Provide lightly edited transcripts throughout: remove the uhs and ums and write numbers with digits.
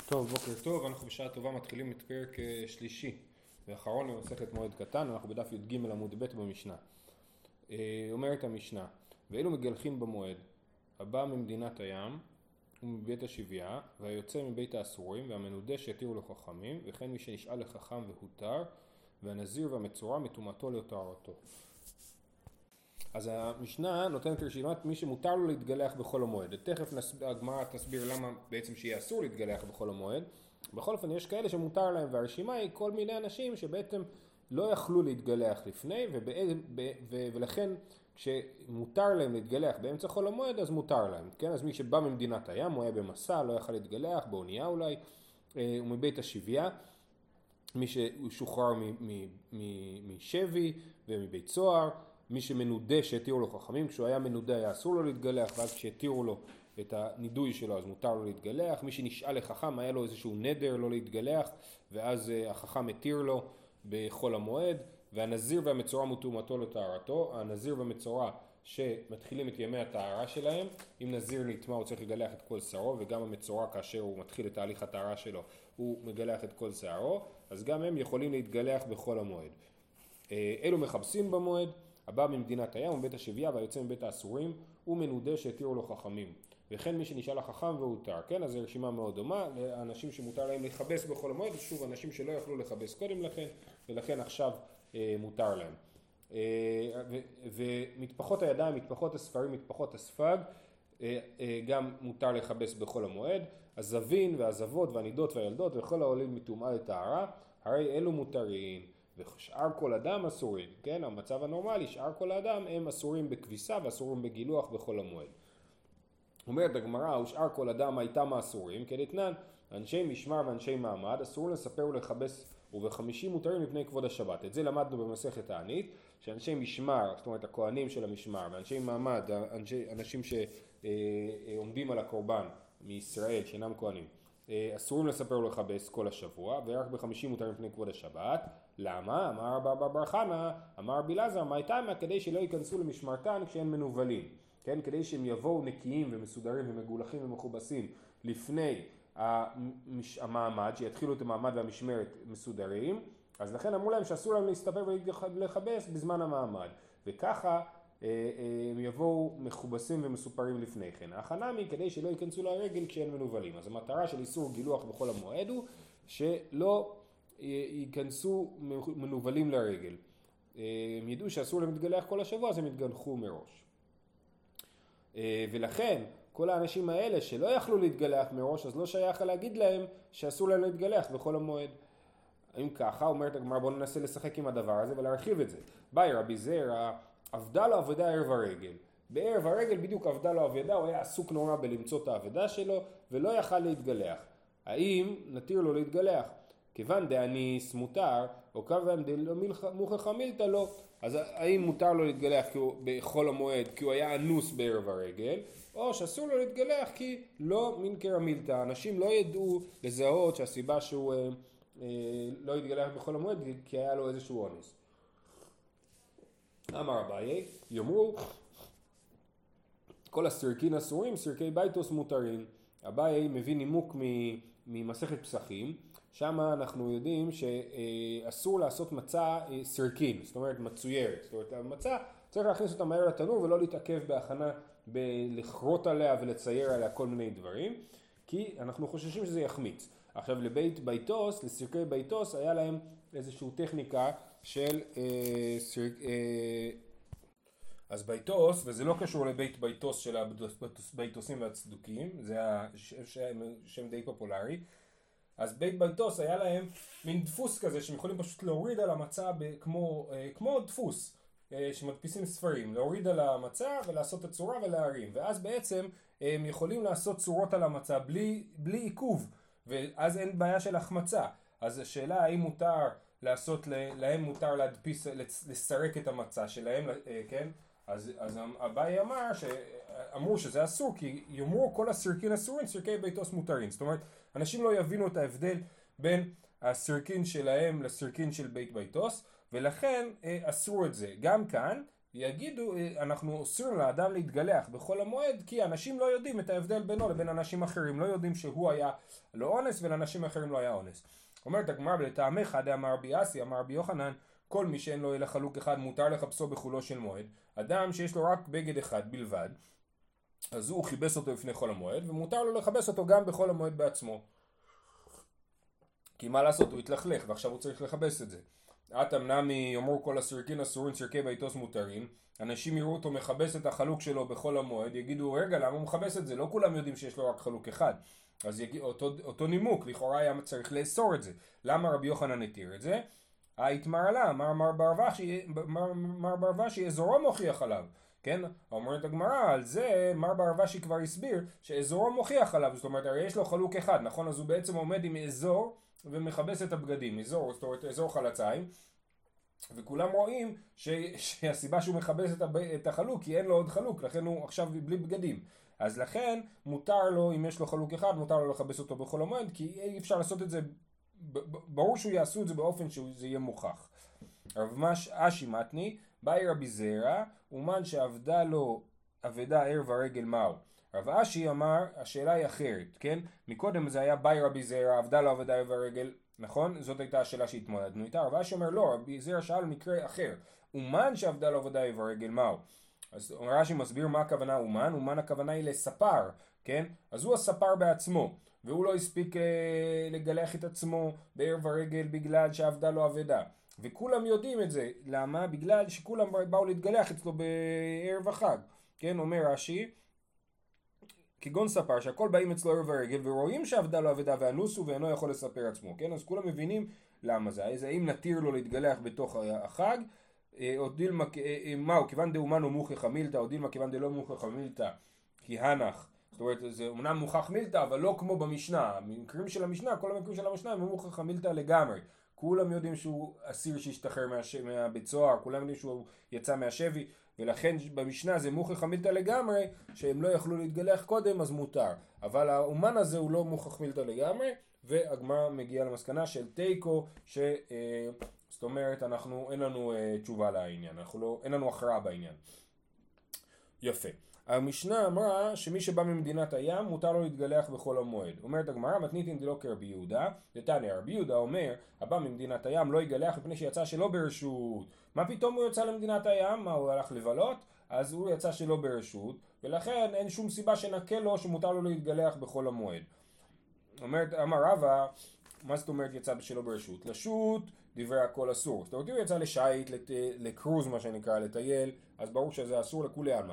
טוב, בוקר טוב, אנחנו בשעה טובה מתחילים את פרק שלישי ואחרון למסכת מועד קטן, אנחנו בדף י"ג עמוד ב' במשנה. אומרת המשנה, ואלו מגלחין במועד, הבא ממדינת הים ומבית השביה, והיוצא מבית האסורים, והמנודה שהתירו לו חכמים, וכן מי שנשאל לחכם והותר, והנזיר והמצורע מטומאתו להטהרתו. אז המשנה נותנת רשימת מי שמותר לו להתגלח בכל המועד. תכף הגמרא תסביר למה בעצם שיהיה אסור להתגלח בכל המועד. בכל אופן יש כאלה שמותר להם, והרשימה היא כל מיני אנשים שבעצם לא יכלו להתגלח לפני, ולכן כשמותר להם להתגלח באמצע חול המועד אז מותר להם. כן? אז מי שבא ממדינת הים, הוא היה במסע, לא יכל להתגלח, באונייה אולי, ומבית השביה, מי ששוחרר משבי ומבית סוהר, מי שמנודה שהתירו לו חכמים, כשהוא היה מנודה היה אסור לו להתגלח, ואז כשהתירו לו את הנידוי שלו אז מותר לו להתגלח. מי שנשאל לחכם היה לו איזשהו נדר לא להתגלח, ואז החכם התיר לו בחול המועד. והנזיר והמצורע מטומאתו לטהרתו. הנזיר והמצורע שמתחילים את ימי הטהרה שלהם, אם נזיר נטמא הוא צריך לגלח את כל שערו, וגם המצורע כאשר הוא מתחיל את תהליך הטהרה שלו הוא מגלח את כל שערו, אז גם הם יכולים להתגלח בחול המועד. אלו מחפשים במועד, הבא ממדינת הים ובית השביה והיוצא מבית האסורים, הוא מנודה שהתירו לו חכמים, וכן מי שנשאל לחכם והותר. כן, אז זו רשימה מאוד דומה לאנשים שמותר להם לחבס בכל המועד, שוב אנשים שלא יכלו לחבס קודם לכן, ולכן עכשיו מותר להם. ומטפחות הידיים, מטפחות הספרים, מטפחות הספג, גם מותר לחבס בכל המועד. הזבין והזבות והנידות והילדות וכל העולים מטומאה לטהרה, הרי אלו מותרים. ושאר כל אדם אסורים, כן? המצב הנורמלי, שאר כל האדם הם אסורים בכביסה ואסורים בגילוח בכל המועד. אומרת הגמרא, ושאר כל אדם הייתם אסורים, כדתנן, אנשי משמר ואנשי מעמד אסור לספר ולכבס, וב50 מותרים מפני כבוד השבת. את זה למדנו במסכת תענית, שאנשי משמר, זאת אומרת הכהנים של המשמר, ואנשי מעמד, אנשים שעומדים על הקורבן מישראל שאינם כהנים, אסורים לספר ולכבס כל השבוע, ורק ב50 מותרים מפני כבוד השבת. למה? אמר בר חנא, אמר רבי אלעזר, מה הייתה? כדי שלא ייכנסו למשמרתן כשהם מנובלים, כן? כדי שהם יבואו נקיים ומסודרים ומגולחים ומכובסים לפני המעמד, שיתחילו את המעמד והמשמרת מסודרים, אז לכן אמרו להם שאסור להם להסתפר ולכבס בזמן המעמד, וככה הם יבואו מכובסים ומסופרים לפני כן. החנמי כדי שלא ייכנסו לרגל כשהם מנובלים. אז המטרה של איסור גילוח בכל המועד הוא שלא ייכנסו מנובלים לרגל. הם ידעו שאסור להם להתגלח כל השבוע, אז הם יתגלחו מראש. ולכן כל האנשים האלה שלא יכלו להתגלח מראש, אז לא שייך להגיד להם שאסור להם להתגלח בכל המועד. אם ככה, אומרת הגמרא, בואו ננסה לשחק עם הדבר הזה ולהרחיב את זה. ביי רבי זרע, עבדה לו עבודה ערב הרגל. בערב הרגל בדיוק עבדה לו עבודה, הוא היה עסוק נורא בלמצוא את העבודה שלו ולא יכל להתגלח. האם נתיר לו להתגלח? כיוון דאניס מותר, או כיוון דלא מוכחה מילתא לא. אז האם מותר לו להתגלח בחול המועד כי הוא היה אנוס בערב הרגל, או שאסור לו להתגלח כי לא מינקרא מילתא. אנשים לא ידעו לזהות שהסיבה שהוא לא התגלח בחול המועד כי היה לו איזשהו אונס. אמר אביי, יאמרו כל הסירקין אסורים, סירקי ביתוס מותרים. אביי מביא נימוק ממסכת פסחים, שם אנחנו יודעים שאסור לעשות מצה סירקין, זאת אומרת מצוירת. זאת אומרת המצה צריך להכניס אותה מהר לתנור ולא להתעכב בהכנה בלכרות עליה ולצייר עליה כל מיני דברים, כי אנחנו חוששים שזה יחמיץ. עכשיו לבית ביתוס, לסירקי ביתוס היה להם איזושהי טכניקה של אז ביתוס, וזה לא קשור לבית ביתוס של הביתוסים והצדוקים, זה שם די פופולרי. אז בית ביתוס היה להם מין דפוס כזה שהם יכולים פשוט להוריד על המצה כמו דפוס שמדפיסים ספרים, להוריד על המצה ולעשות את הצורה ולהרים, ואז בעצם הם יכולים לעשות צורות על המצה בלי עיכוב, ואז אין בעיה של החמצה. אז השאלה האם מותר לעשות להם, מותר להדפיס, לסרק את המצה שלהם, כן? אז אביי אמר שאמרו שזה אסור, כי יאמרו כל הסירקין אסורים, סירקי ביתוס מותרים. זאת אומרת, אנשים לא יבינו את ההבדל בין הסירקין שלהם לסירקין של בית ביתוס, ולכן אסרו את זה. גם כאן, יגידו, אנחנו אוסרים לאדם להתגלח בחול המועד, כי אנשים לא יודעים את ההבדל בינו לבין אנשים אחרים, לא יודעים שהוא היה לא אונס ולאנשים אחרים לא היה אונס. אומרת הגמרא, לטעמך דאמר רבי אסי, אמר רבי יוחנן, כל מי שאין לו אלא חלוק אחד מותר לחפשו בחולו של מועד. אדם שיש לו רק בגד אחד בלבד, אז הוא חיבס אותו לפני חול המועד, ומותר לו לחבס אותו גם בחול המועד בעצמו. כי מה לעשות, הוא התלכלך, ועכשיו הוא צריך לחבס את זה. אתם נמי יאמרו כל הסרקין אסורים סרקי ביתוס מותרים, אנשים יראו אותו מחבס את החלוק שלו בחול המועד, יגידו רגע למה הוא מחבס את זה, לא כולם יודעים שיש לו רק חלוק אחד. אז אותו נימוק, לכאורה היה צריך לאסור את זה. למה רבי יוחנן התיר את זה? התמר לה, אמר מר ברוושי אזורו מוכיח עליו. כן? אומרת הגמרא, על זה מר ברוושי כבר הסביר שאזורו מוכיח עליו, זאת אומרת הרי יש לו חלוק אחד, נכון? אז הוא בעצם עומד עם אזור ומחבס את הבגדים, זאת אומרת אזור חלציים, וכולם רואים שהסיבה שהוא מחבס את החלוק כי אין לו עוד חלוק, לכן הוא עכשיו בלי בגדים. אז לכן מותר לו, אם יש לו חלוק אחד, מותר לו לחבס אותו בכל המועד, כי אי אפשר לעשות את זה, ברור שהוא יעשו את זה באופן שזה יהיה מוכח. רב מש אשי מתני, באי רבי זרע, אומן שעבדה לו אבדה ערב הרגל מהו. רב אשי אמר, השאלה היא אחרת, כן? מקודם זה היה באי רבי זרע, עבדה לו אבדה ערב הרגל, נכון? זאת הייתה השאלה שהתמודדנו איתה. רב אשי אומר, לא, רבי זרע שאל מקרה אחר. אומן שעבדה לו אבדה ערב הרגל מהו. אז רש"י מסביר מה הכוונה אומן, אומן הכוונה היא לספר, כן? אז הוא הספר בעצמו, והוא לא הספיק לגלח את עצמו בערב הרגל בגלל שעבדה לו אבדה. וכולם יודעים את זה, למה? בגלל שכולם באו להתגלח אצלו בערב החג, כן? אומר רש"י, כגון ספר שהכל באים אצלו ערב הרגל ורואים שעבדה לו אבדה ואנוסו ואינו יכול לספר עצמו, כן? אז כולם מבינים למה זה, אז האם נתיר לו להתגלח בתוך החג, או דילמה, מהו, כיוון דאומן הוא מוכח המילתא, או דילמה כיוון דלא מוכח המילתא, כי הנח, זאת אומרת, זה אומנם מוכח מילתא, אבל לא כמו במשנה, במקרים של המשנה, כל המקרים של המשנה הם מוכח המילתא לגמרי, כולם יודעים שהוא אסיר שהשתחרר מהבית סוהר, כולם יודעים שהוא יצא מהשבי, ולכן במשנה זה מוכח המילתא לגמרי, שהם לא יכלו להתגלח קודם, אז מותר, אבל האומן הזה הוא לא מוכח מילתא לגמרי, והגמרא מגיעה למסקנה של תיקו, זאת אומרת, אין לנו תשובה לעניין, אין לנו הכרעה בעניין. יפה. המשנה אמרה שמי שבא ממדינת הים מותר לו להתגלח בחול המועד. אומרת הגמרא, מתניתין דלא כרבי יהודה, דתניא רבי יהודה אומר, הבא ממדינת הים לא יגלח מפני שיצא שלא ברשות. מה פתאום הוא יצא למדינת הים? מה, הוא הלך לבלות? אז הוא יצא שלא ברשות, ולכן אין שום סיבה שנקל לו שמותר לו להתגלח בחול המועד. אומרת, אמר רבא, מה זאת אומרת יצא שלא ברשות? לשוט דברי הכל אסור. זאת אומרת, הוא יצא לשייט, לקרוז מה שנקרא, לטייל, אז ברור שזה אסור לכולי עלמא.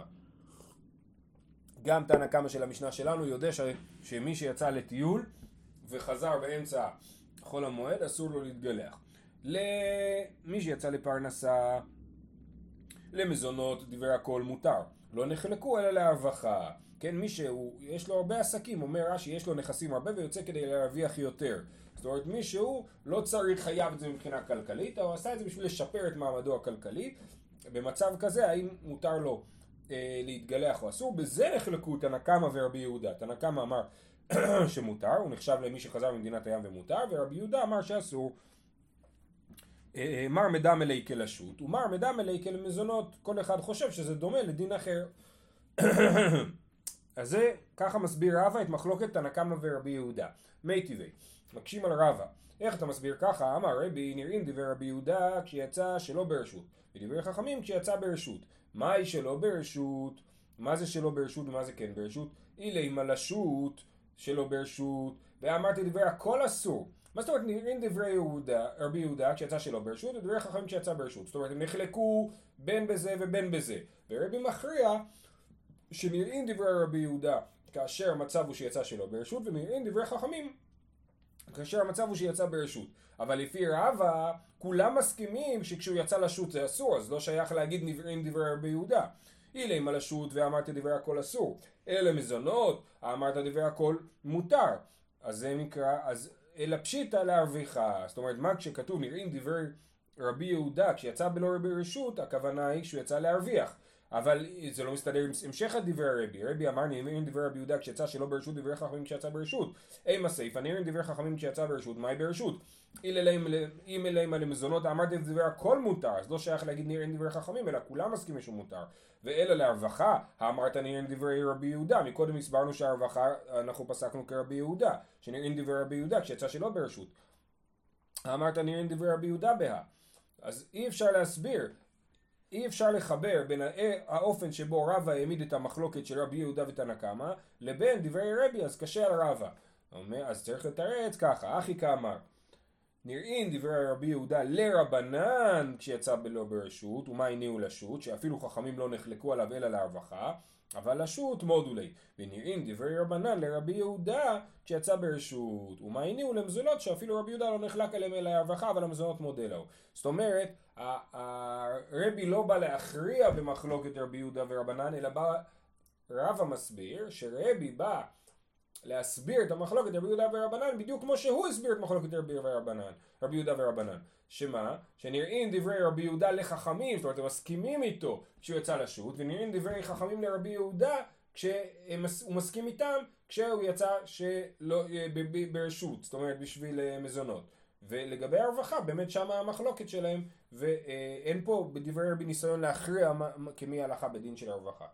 גם תנא קמא של המשנה שלנו יודע שמי שיצא לטיול וחזר באמצע חול המועד אסור לו להתגלח. למי שיצא לפרנסה, למזונות, דברי הכל מותר. לא נחלקו אלא להרווחה. כן, מי יש לו הרבה עסקים, אומר רש"י, יש לו נכסים הרבה ויוצא כדי להרוויח יותר. זאת אומרת, מישהו לא צריך חייב את זה מבחינה כלכלית, אבל עשה את זה בשביל לשפר את מעמדו הכלכלי. במצב כזה, האם מותר לו להתגלח או אסור? בזה נחלקו תנא קמא ורבי יהודה. תנא קמא אמר שמותר, הוא נחשב למי שחזר ממדינת הים ומותר, ורבי יהודה אמר שאסור. מר מדם אלי כלשות, ומר מדם אלי כלמזונות. כל אחד חושב שזה דומה לדין אחר. אז זה, ככה מסביר רבא את מחלוקת תנא קמא ורבי יהודה. מי טבעי, מקשים על רבא. איך אתה מסביר ככה? אמר רבי, נראים דברי רבי יהודה כשיצא שלא ברשות, ודברי חכמים כשיצא ברשות. מהי שלא ברשות? מה זה שלא ברשות ומה זה כן ברשות? אילי מלשות שלא ברשות, ואמרתי דברי הכל אסור. מה זאת אומרת נראים דברי רבי יהודה כשיצא שלא ברשות, ודברי חכמים כשיצא ברשות? זאת אומרת הם נחלקו בין בזה ובין בזה. ורבי מכריע שנראים דברי רבי יהודה כאשר המצב הוא שיצא שלא ברשות, ונראים דברי חכמים כאשר המצב הוא שיצא ברשות. אבל לפי רבא כולם מסכימים שכשהוא יצא לשוט זה אסור, אז לא שייך להגיד נראים דברי רבי יהודה. אילי מלשות ואמרת דברי הכל אסור, אלה מזונות אמרת דברי הכל מותר. אז זה נקרא, אז אלא פשיטא להרוויחה. זאת אומרת, מה כשכתוב נראים דברי רבי יהודה כשיצא בלא ברשות, הכוונה היא שהוא יצא להרוויח. אבל זה לא מסתדר עם המשך דברי הרבי. הרבי אמר נאמרים דברי רבי יהודה כשיצא שלא ברשות, דברי חכמים כשיצא ברשות. אימה סייפה נאמרים דברי חכמים כשיצא ברשות, מהי ברשות? אם אליהם למזונות אמרתם דברי הכל מותר, אז לא שייך להגיד נאמרים דברי חכמים, אלא כולם מסכימים שהוא מותר. ואלא להרווחה, אמרת נאמרים דברי רבי יהודה, מקודם הסברנו שהרווחה אנחנו פסקנו כרבי יהודה, שנאמרים דברי רבי יהודה כשיצא שלא ברשות. אמרת נאמרים דברי רבי יהודה בה. אז אי אפשר להסביר, אי אפשר לחבר בין האופן שבו רבא העמיד את המחלוקת של רבי יהודה ותנא קמא לבין דברי רבי, אז קשה על רבא. אז צריך לתרץ ככה, אחי כאמר, נראים דברי רבי יהודה לרבנן כשיצא בלא ברשות, ומה הניעו לשות, שאפילו חכמים לא נחלקו עליו אלא להרווחה, אבל לשות מודו לי. ונראים דברי רבנן לרבי יהודה כשיצא ברשות, ומה הניעו למזונות, שאפילו רבי יהודה לא נחלק עליהם אלא להרווחה, אבל המזונות מודה לו. זאת אומרת, הרבי לא בא להכריע במחלוקת רבי יהודה ורבנן, אלא בא רבא מסביר שרבי בא להסביר את המחלוקת רבי יהודה ורבנן בדיוק כמו שהוא הסביר את מחלוקת רבי יהודה ורבנן. שמה? שנראים דברי רבי יהודה לחכמים, זאת אומרת הם מסכימים איתו כשהוא יצא לשות, ונראים דברי חכמים לרבי יהודה כשהוא מסכים איתם כשהוא יצא ברשות, זאת אומרת בשביל מזונות. ולגבי הרווחה באמת שם המחלוקת שלהם, ואין פה בדברי רבי ניסיון להכריע כמי הלכה בדין של הרווחה.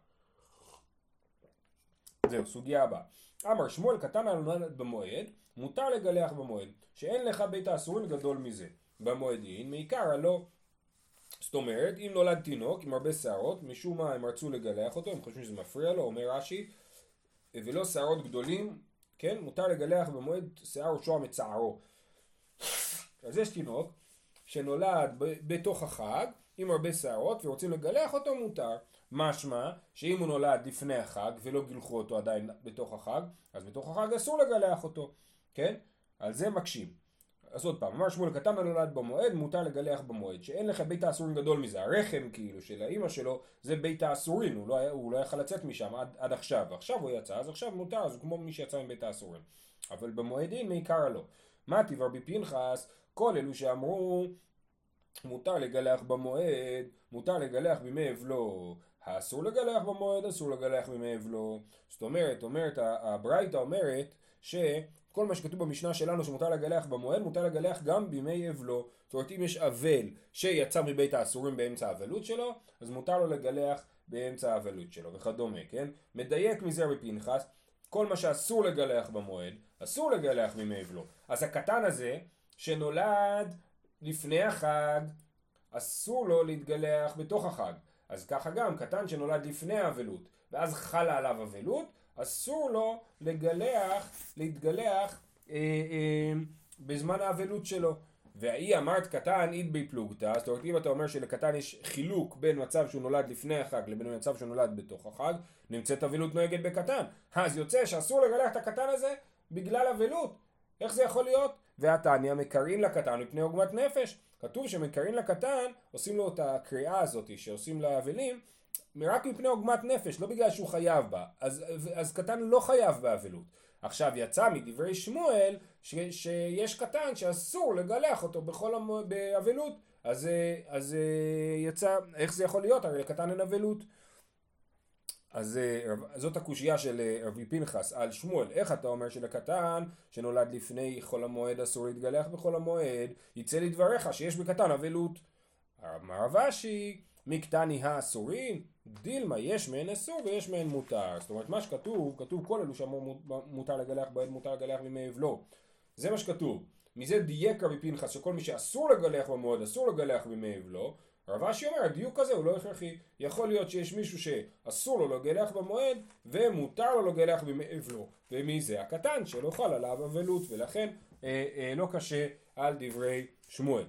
זהו, סוגיה הבאה. אמר שמואל קטן הנולד במועד, מותר לגלח במועד, שאין לך בית האסורים גדול מזה. במועדין, מעיקר הלא. זאת אומרת, אם נולד תינוק עם הרבה שערות, משום מה הם רצו לגלח אותו, הם חושבים שזה מפריע לו, אומר רש"י, ולא שערות גדולים, כן, מותר לגלח במועד שיער ראשו המצערו. אז יש תינוק שנולד בתוך החג עם הרבה שערות ורוצים לגלח אותו, מותר. משמע שאם הוא נולד לפני החג ולא גילחו אותו עדיין בתוך החג, אז בתוך החג אסור לגלח אותו, כן? על זה מקשים. אז עוד פעם, אמר שמואל קטן הנולד במועד, מותר לגלח במועד, שאין לך בית האסורים גדול מזה. הרחם כאילו של האמא שלו זה בית האסורים, הוא לא יכל לצאת משם עד עכשיו, ועכשיו הוא יצא, אז עכשיו מותר, אז הוא כמו מי שיצא מבית האסורים. אבל במועדין מעיקר הלא. מה טיב רבי פנחס? כל אלו שאמרו מותר לגלח במועד, מותר לגלח בימי אבלו, האסור לגלח במועד, אסור לגלח בימי אבלו. זאת אומרת, הברייתא אומרת שכל מה שכתוב במשנה שלנו שמותר לגלח במועד, מותר לגלח גם בימי אבלו. זאת אומרת, אם יש אבל שיצא מבית האסורים באמצע האבלות שלו, אז מותר לו לגלח באמצע האבלות שלו וכדומה, כן? מדייק מזה רבי פנחס, כל מה שאסור לגלח במועד, אסור לגלח בימי אבלו. אז הקטן הזה שנולד לפני החג, אסור לו להתגלח בתוך החג. אז ככה גם, קטן שנולד לפני האבלות, ואז חלה עליו אבלות, אסור לו להתגלח בזמן האבלות שלו. והיא אמרת קטן אית בי פלוגתא, זאת אומרת אם אתה אומר שלקטן יש חילוק בין מצב שהוא נולד לפני החג לבין מצב שהוא נולד בתוך החג, נמצאת אבלות נוהגת בקטן. אז יוצא שאסור לגלח את הקטן הזה בגלל אבלות. איך זה יכול להיות? והתניא מקרין לקטן מפני עוגמת נפש. כתוב שמקרין לקטן, עושים לו את הקריאה הזאת שעושים לאבלים, רק מפני עוגמת נפש, לא בגלל שהוא חייב בה. אז קטן לא חייב באבלות. עכשיו יצא מדברי שמואל שיש קטן שאסור לגלח אותו באבלות. אז יצא, איך זה יכול להיות? הרי לקטן אין אבלות. אז זאת הקושייה של רבי פנחס על שמואל. איך אתה אומר שלקטן שנולד לפני חול המועד אסור להתגלח בחול המועד? יצא לדבריך שיש בקטן אבלות. אמר רב אשי, מקטני האסורים, דילמה, יש מהן אסור ויש מהן מותר. זאת אומרת, מה שכתוב, כתוב כל אלו שאמרו מותר לגלח בעת, מותר לגלח בימי אבלו. זה מה שכתוב. מזה דייק רבי פנחס שכל מי שאסור לגלח במועד, אסור לגלח בימי אבלו. רב אשי אומר, הדיוק הזה הוא לא הכרחי. יכול להיות שיש מישהו שאסור לו לגלח במועד, ומותר לו לגלח בימי אבלו. ומי זה? הקטן שלא חל עליו אבלות, ולכן לא קשה על דברי שמואל.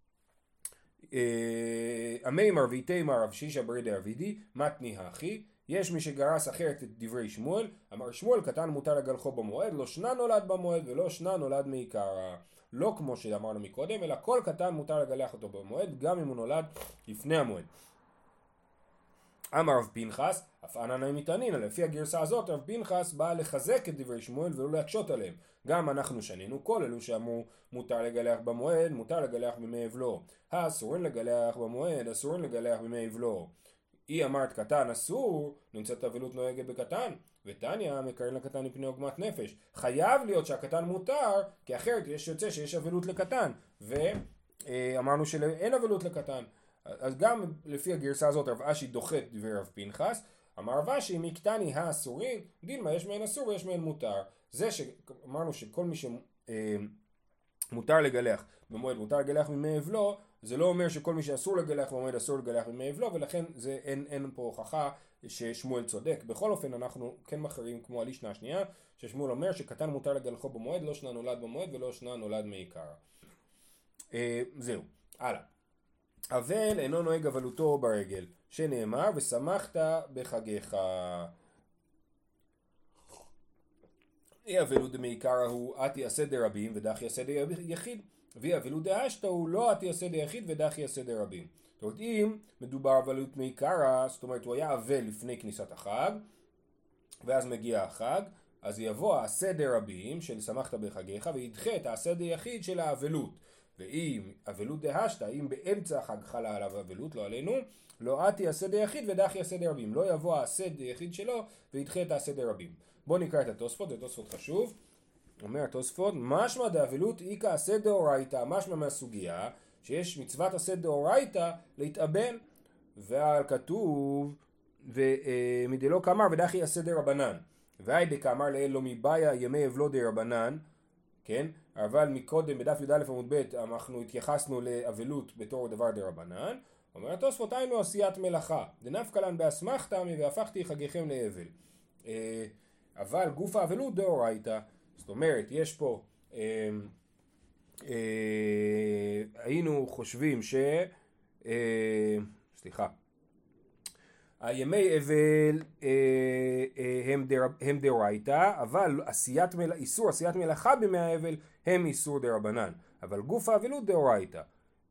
המימר ויתימר רב שישא ברי דרבידי מתני הכי. יש מי שגרס אחרת את דברי שמואל. אמר שמואל קטן מותר לגלחו במועד, לא שנה נולד במועד ולא שנה נולד מעיקרא. לא כמו שאמרנו מקודם, אלא כל קטן מותר לגלח אותו במועד, גם אם הוא נולד לפני המועד. אמר רב פנחס, אף אנא מתענינא, לפי הגרסה הזאת רב פנחס בא לחזק את דברי שמואל ולא להקשות עליהם. גם אנחנו שנינו כל אלו שאמרו מותר לגלח במועד, מותר לגלח בימי אבלו. האסורים לגלח במועד, אסורים לגלח בימי אבלו. היא אמרת קטן אסור, נמצאת אבלות נוהגת בקטן, ותניא מקרן לקטן מפני עוגמת נפש. חייב להיות שהקטן מותר, כי אחרת יוצא שיש אבלות לקטן, ואמרנו שאין אבלות לקטן. אז גם לפי הגרסה הזאת רב אשי דוחה את דברי רב פנחס, אמר רב אשי מקטני האסורים, דילמה יש מהן אסור ויש מהן מותר. זה שאמרנו שכל מי שמותר לגלח במועד מותר לגלח ממי אבלו, זה לא אומר שכל מי שאסור לגלח במועד אסור לגלח ממי אבלו, ולכן אין פה הוכחה ששמואל צודק. בכל אופן אנחנו כן מכירים כמו הלישנה השנייה, ששמואל אומר שקטן מותר לגלחו במועד, לא שנה נולד במועד ולא שנה נולד מעיקר. זהו, הלאה. אבל אינו נוהג אבלותו ברגל, שנאמר ושמחת בחגיך. אי אבלות דמעיקר הוא אתי עשה דרבים ודחי עשה דיחיד, ואי אבלות דאשתא הוא לא אתי עשה דיחיד ודחי עשה דרבים. זאת אומרת, אם מדובר אבלות מעיקרא, זאת אומרת הוא היה אבל לפני כניסת החג, ואז מגיע החג, אז יבוא העשה דרבים של שמחת בחגיך וידחה את העשה דיחיד של האבלות. ואם אבלות דהשתא, אם באמצע החג חלה עליו אבלות, לא עלינו, לא אתי עשה דיחיד ודחי עשה דרבים. לא יבוא העשה דיחיד שלו וידחה את העשה דרבים. בואו נקרא את התוספות, זה תוספות חשוב. אומר התוספות, משמע דאבלות איקא עשה דאורייתא, משמע מהסוגיה שיש מצוות עשה דאורייתא להתאבל, ועל כתוב ומדלא כאמר ודחי עשה דרבנן, והי דקאמר לאל לא מבעיה ימי אבלו דרבנן, כן? אבל מקודם בדף י"א עמוד ב' אנחנו התייחסנו לאבלות בתור דבר דרבנן. אומר התוספות, היינו עשיית מלאכה דנפקא לן באסמכתא והפכתי חגיכם לאבל. אבל גוף האבלות דאורייתא, זאת אומרת יש פה היינו חושבים הימי אבל הם דאורייתא, אבל איסור עשיית מלאכה בימי האבל הם איסור דרבנן, אבל גוף האבלות דאורייתא.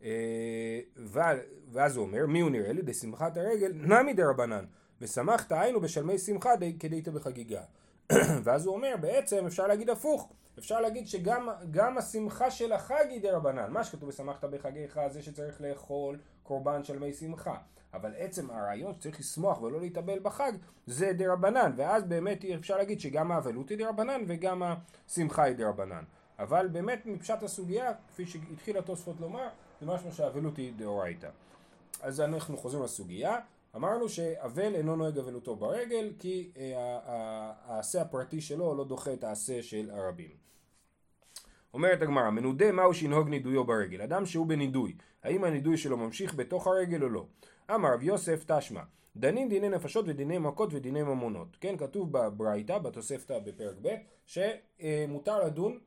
ואז הוא אומר, מי הוא נראה לי? דשמחת הרגל נמי דרבנן, ושמחת היינו בשלמי שמחה כדאית בחגיגה. ואז הוא אומר, בעצם אפשר להגיד הפוך, אפשר להגיד שגם השמחה של החג היא דרבנן. מה שכתוב בשמחת בחגיך זה שצריך לאכול קורבן של מי שמחה, אבל עצם הרעיון שצריך לשמוח ולא להתאבל בחג זה דרבנן, ואז באמת אפשר להגיד שגם האבלות היא דרבנן וגם השמחה היא דרבנן. אבל באמת מפשט הסוגיה, כפי שהתחיל התוספות לומר, זה משהו שהאבלות היא דאורייתא. אז אנחנו חוזרים לסוגיה. אמרנו שאבל אינו נוהג אבלותו ברגל, כי העשה הפרטי שלו לא דוחה את העשה של הרבים. אומרת הגמרא, מנודה מהו שינהוג נידויו ברגל? אדם שהוא בנידוי, האם הנידוי שלו ממשיך בתוך הרגל או לא? אמר רב יוסף תשמע, דנים דיני נפשות ודיני מכות ודיני ממונות. כן, כתוב בברייתא, בתוספתא בפרק ב', שמותר לדון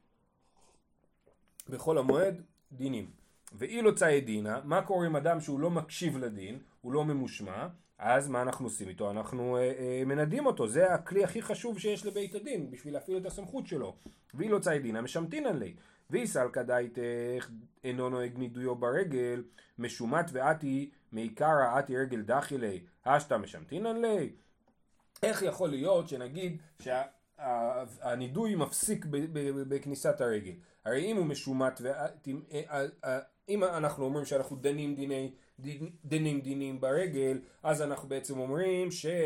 בכל המועד דינים. ואילו צאי דינה, מה קורה עם אדם שהוא לא מקשיב לדין, הוא לא ממושמע, אז מה אנחנו עושים איתו? אנחנו מנדים אותו, זה הכלי הכי חשוב שיש לבית הדין, בשביל להפעיל את הסמכות שלו. ואילו צאי דינה משמתינן לי, ויסל כדאיתך אינו נוהג נידויו ברגל, משומט ואתי מעיקרא אתי רגל דחי לי, השתא משמתינן לי. איך יכול להיות שנגיד שהנידוי מפסיק בכניסת הרגל? הרי אם הוא משומט אם אנחנו אומרים שאנחנו דנים דינים ברגל, אז אנחנו בעצם אומרים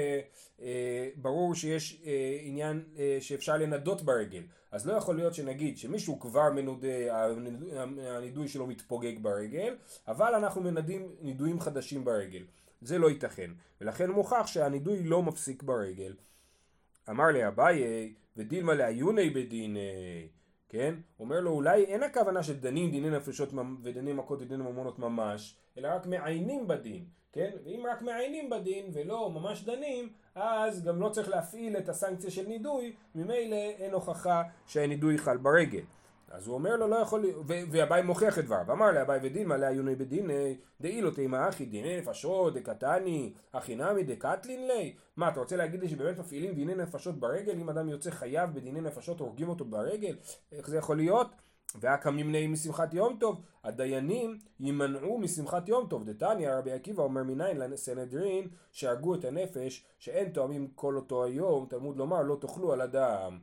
שברור שיש עניין שאפשר לנדות ברגל. אז לא יכול להיות שנגיד שמישהו כבר מנודה, הנידוי שלו מתפוגג ברגל, אבל אנחנו מנדים נידויים חדשים ברגל. זה לא ייתכן, ולכן מוכח שהנידוי לא מפסיק ברגל. אמר לי אביי, ודילמה לעיוני בדיני, כן? אומר לו, אולי אין הכוונה של דנים דיני נפשות ודיני מכות ודיני ממונות ממש, אלא רק מעיינים בדין, כן? ואם רק מעיינים בדין ולא ממש דנים, אז גם לא צריך להפעיל את הסנקציה של נידוי, ממילא אין הוכחה שהנידוי חל ברגל. אז הוא אומר לו, לא יכול, והבאי מוכיח את דבריו, אמר לאביי ודילמה לעיוני בדיני, דאי לא תימא אחי דיני נפשות דקתני, אחי נמי דקתלין לי. מה, אתה רוצה להגיד לי שבאמת מפעילים דיני נפשות ברגל? אם אדם יוצא חייב בדיני נפשות הורגים אותו ברגל? איך זה יכול להיות? והקם נמנעים משמחת יום טוב, הדיינים יימנעו משמחת יום טוב. דתניא רבי עקיבא אומר מניין לסנהדרין שהרגו את הנפש שאין תואמים כל אותו היום, תלמוד לומר לא תאכלו על אדם.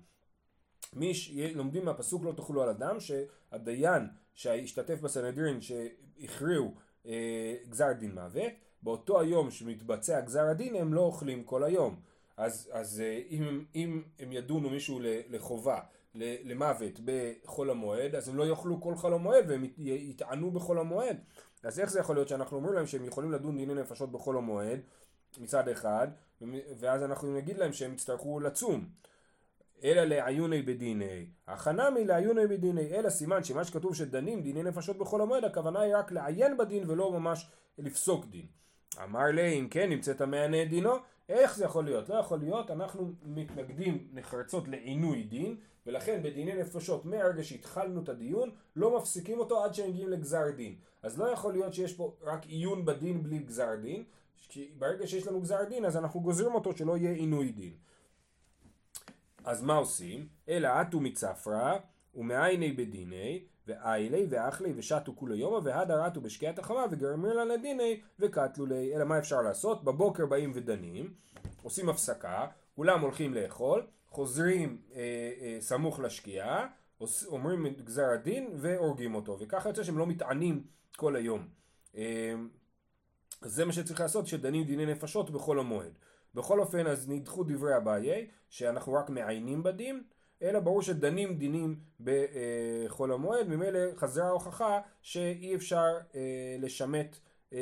לומדים מהפסוק לא תאכלו על אדם, שהדיין שהשתתף בסנהדרין שהכריעו גזר דין מוות, באותו היום שמתבצע גזר הדין הם לא אוכלים כל היום. אז אם הם ידונו מישהו לחובה, למוות בחול המועד, אז הם לא יאכלו כל חול המועד והם יטענו בחול המועד. אז איך זה יכול להיות שאנחנו אומרים להם שהם יכולים לדון דיני נפשות בחול המועד מצד אחד, ואז אנחנו נגיד להם שהם יצטרכו לצום? אלא לעיוני בדיני, הכנמי לעיוני בדיני, אלא סימן שמה שכתוב שדנים דיני נפשות בחול המועד, הכוונה היא רק לעיין בדין ולא ממש לפסוק דין. אמר לי, אם כן נמצאת המענה דינו, איך זה יכול להיות? לא יכול להיות, אנחנו מתנגדים נחרצות לעינוי דין, ולכן בדיני נפשות מהרגע שהתחלנו את הדיון לא מפסיקים אותו עד שמגיעים לגזר דין. אז לא יכול להיות שיש פה רק עיון בדין בלי גזר דין, כי ברגע שיש לנו גזר דין אז אנחנו גוזרים אותו שלא יהיה עינוי דין. אז מה עושים? אלא עטו מצפרא ומעייני בדיני ואיילי ואכלי ושתו כולו יומה והדר עטו בשקיעת החמה וגרמר לה לדיני וקטלו לי. אלא מה אפשר לעשות? בבוקר באים ודנים, עושים הפסקה, כולם הולכים לאכול, חוזרים סמוך לשקיעה, אומרים את גזר הדין והורגים אותו, וככה יוצא שהם לא מתענים כל היום. אז זה מה שצריך לעשות שדנים דיני נפשות בכל המועד. בכל אופן אז נדחו דברי אביי שאנחנו רק מעיינים בדין, אלא ברור שדנים דינים בכל המועד, ממילא חזרה ההוכחה שאי אפשר לשמט,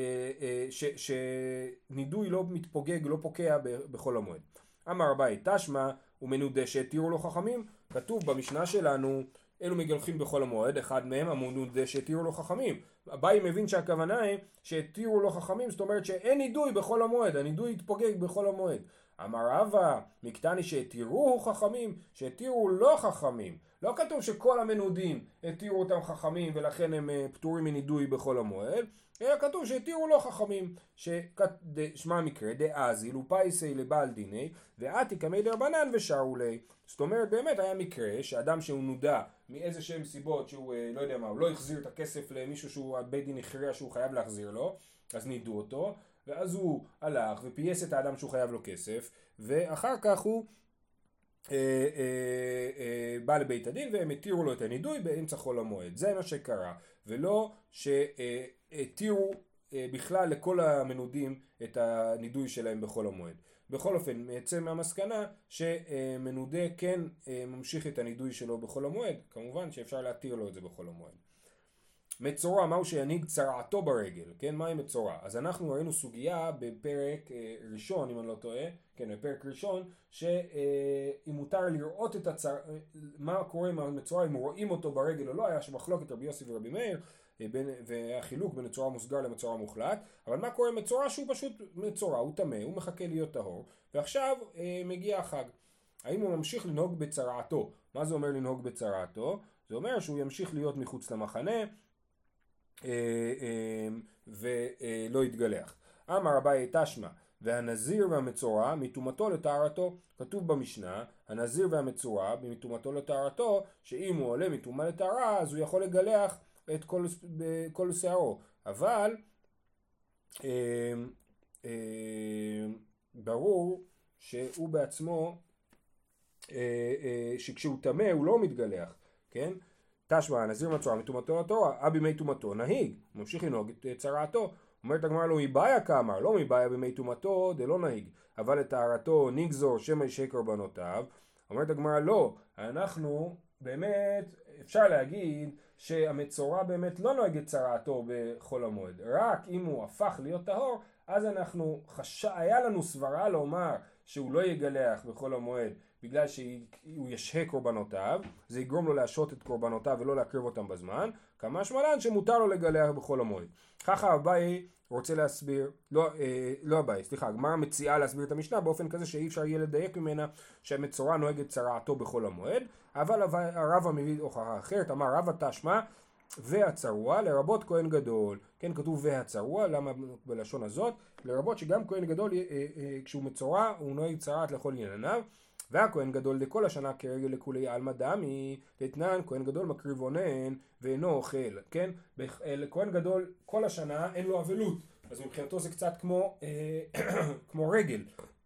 שנידוי לא מתפוגג, לא פוקע בכל המועד. אמר אביי תשמע ומנודה שהתירו לו חכמים, כתוב במשנה שלנו אלו מגלחים בכל המועד, אחד מהם המנודה שהתירו לו חכמים. אביי מבין שהכוונה היא שהתירו לו חכמים, זאת אומרת שאין נידוי בכל המועד, הנידוי יתפוגג בכל המועד. אמר רבא מקטני שהתירו חכמים, שהתירו לא חכמים. לא כתוב שכל המנודים התירו אותם חכמים ולכן הם פטורים מנידוי בכל המועד, אלא כתוב שהתירו לא חכמים, ששמע המקרה דאזיל ופייסי לבעל דיני ועתי כמי דרבנן ושרו לי. זאת אומרת באמת היה מקרה שאדם שהוא נודע מאיזה שהם סיבות שהוא לא יודע מה, הוא לא החזיר את הכסף למישהו שהוא בית דין הכריע שהוא חייב להחזיר לו, אז נידו אותו, ואז הוא הלך ופייס את האדם שהוא חייב לו כסף, ואחר כך הוא בא לבית הדין והם התירו לו את הנידוי באמצע חול המועד. זה מה שקרה, ולא שהתירו בכלל לכל המנודים את הנידוי שלהם בכל המועד. בכל אופן, יצא מהמסקנה שמנודה כן ממשיך את הנידוי שלו בכל המועד, כמובן שאפשר להתיר לו את זה בכל המועד. מצורע, מהו שינהיג צרעתו ברגל, כן, מהי מצורע? אז אנחנו ראינו סוגיה בפרק ראשון, אם אני לא טועה, כן, בפרק ראשון, שאם מותר לראות את מה קורה עם המצורע, אם רואים אותו ברגל או לא, היה שמחלוקת רבי יוסי ורבי מאיר, והחילוק בין מצורע מוסגר למצורע מוחלט, אבל מה קורה עם מצורע שהוא פשוט מצורע, הוא טמא, הוא מחכה להיות טהור, ועכשיו מגיע החג. האם הוא ממשיך לנהוג בצרעתו? מה זה אומר לנהוג בצרעתו? זה אומר שהוא ימשיך להיות מחוץ למחנה, ולא יתגלח. אמר אביי תשמע והנזיר והמצורע מטומאתו לטהרתו. כתוב במשנה הנזיר והמצורע מטומאתו לטהרתו, שאם הוא עולה מטומאה לטהרה אז הוא יכול לגלח את כל שערו, אבל ברור שהוא בעצמו שכשהוא טמא הוא לא מתגלח, כן? תשמע הנזיר מצורע מטומאתו לתורה, אבי מי טומאתו נהיג, ממשיך לנהוג את צרעתו. אומרת הגמרא לו מבעיה כאמר, לא מבעיה במי טומאתו דלא נהיג, אבל את טהרתו נגזור שמא ישהה קורבנותיו. אומרת הגמרא לא, אנחנו באמת אפשר להגיד שהמצורע באמת לא נוהג את צרעתו בכל המועד, רק אם הוא הפך להיות טהור אז היה לנו סברה לומר שהוא לא יגלח בכל המועד בגלל שהוא ישהה קורבנותיו, זה יגרום לו להשעות את קורבנותיו ולא להקריב אותם בזמן, כמה שמלן שמותר לו לגלח בכל המועד. ככה אביי רוצה להסביר, הגמרא מציעה להסביר את המשנה באופן כזה שאי אפשר יהיה לדייק ממנה שהמצורע נוהג את צרעתו בכל המועד, אבל הרבא מביא הוכחה אחרת, אמר רבא תשמע והצרוע לרבות כהן גדול, כן כתוב והצרוע, למה בלשון הזאת? לרבות שגם כהן גדול כשהוא מצורע הוא נוהג צרעת לכל ענייניו, והכהן גדול לכל השנה כרגל לכולי עלמא דמי, לתנן כהן גדול מקריב אונן ואינו אוכל, כן? לכהן גדול כל השנה אין לו אבלות, אז מבחינתו זה קצת כמו רגל.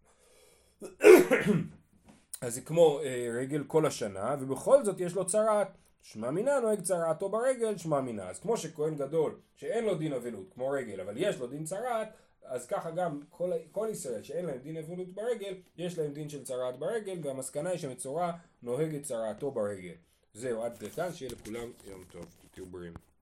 אז זה כמו רגל כל השנה, ובכל זאת יש לו צרעת. שמע מינה נוהג צרעתו ברגל, שמע מינה. אז כמו שכהן גדול שאין לו דין אבלות כמו רגל, אבל יש לו דין צרעת, אז ככה גם כל ישראל שאין להם דין אבלות ברגל, יש להם דין של צרעת ברגל, והמסקנה היא שמצורע נוהג את צרעתו ברגל. זהו, עד כאן, שיהיה לכולם יום טוב, תהיו בריאים.